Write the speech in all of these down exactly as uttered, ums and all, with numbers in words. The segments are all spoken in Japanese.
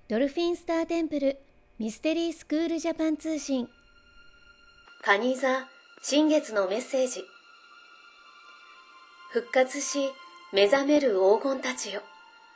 ドルフィンスターテンプルミステリースクールジャパン通信。蟹座新月のメッセージ。復活し目覚める黄金たちよ。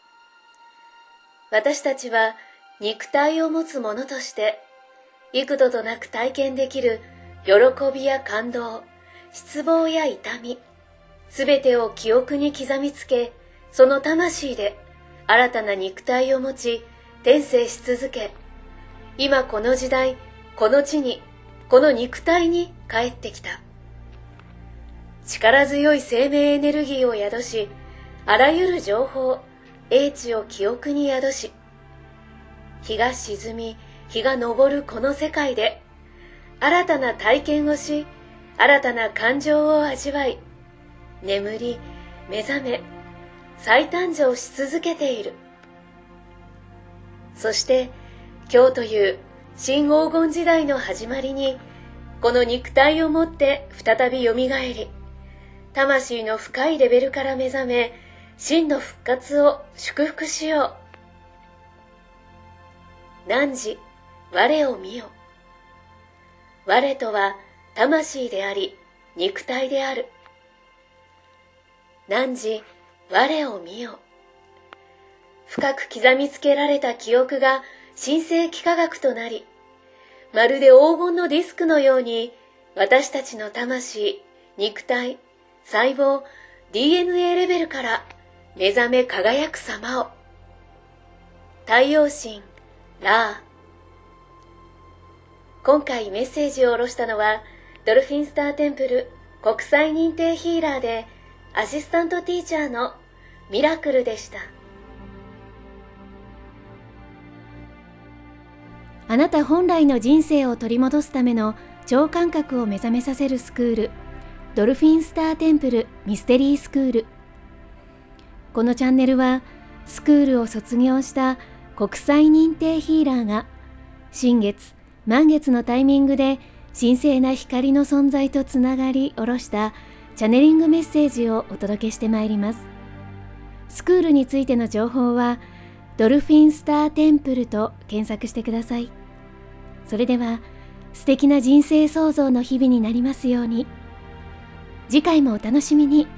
私たちは肉体を持つ者として幾度となく体験できる喜びや感動、失望や痛み、すべてを記憶に刻みつけ、その魂で新たな肉体を持ち転生し続け、今この時代、この地に、この肉体に帰ってきた。力強い生命エネルギーを宿し、あらゆる情報、英知を記憶に宿し、日が沈み、日が昇るこの世界で、新たな体験をし、新たな感情を味わい、眠り、目覚め、再誕生し続けている。そして、今日という新黄金時代の始まりに、この肉体をもって再び蘇り、魂の深いレベルから目覚め、真の復活を祝福しよう。汝、我を見よ。我とは魂であり、肉体である。汝、我を見よ。深く刻みつけられた記憶が神聖幾何学となり、まるで黄金のディスクのように私たちの魂、肉体、細胞、ディーエヌエー レベルから目覚め輝く様を。太陽神、ラー。今回メッセージを下ろしたのは、ドルフィンスターテンプル国際認定ヒーラーでアシスタントティーチャーのミラクルでした。あなた本来の人生を取り戻すための超感覚を目覚めさせるスクール、ドルフィンスターテンプルミステリースクール。このチャンネルはスクールを卒業した国際認定ヒーラーが新月、満月のタイミングで神聖な光の存在とつながり下ろしたチャネリングメッセージをお届けしてまいります。スクールについての情報はドルフィンスターテンプルと検索してください。それでは素敵な人生創造の日々になりますように。次回もお楽しみに。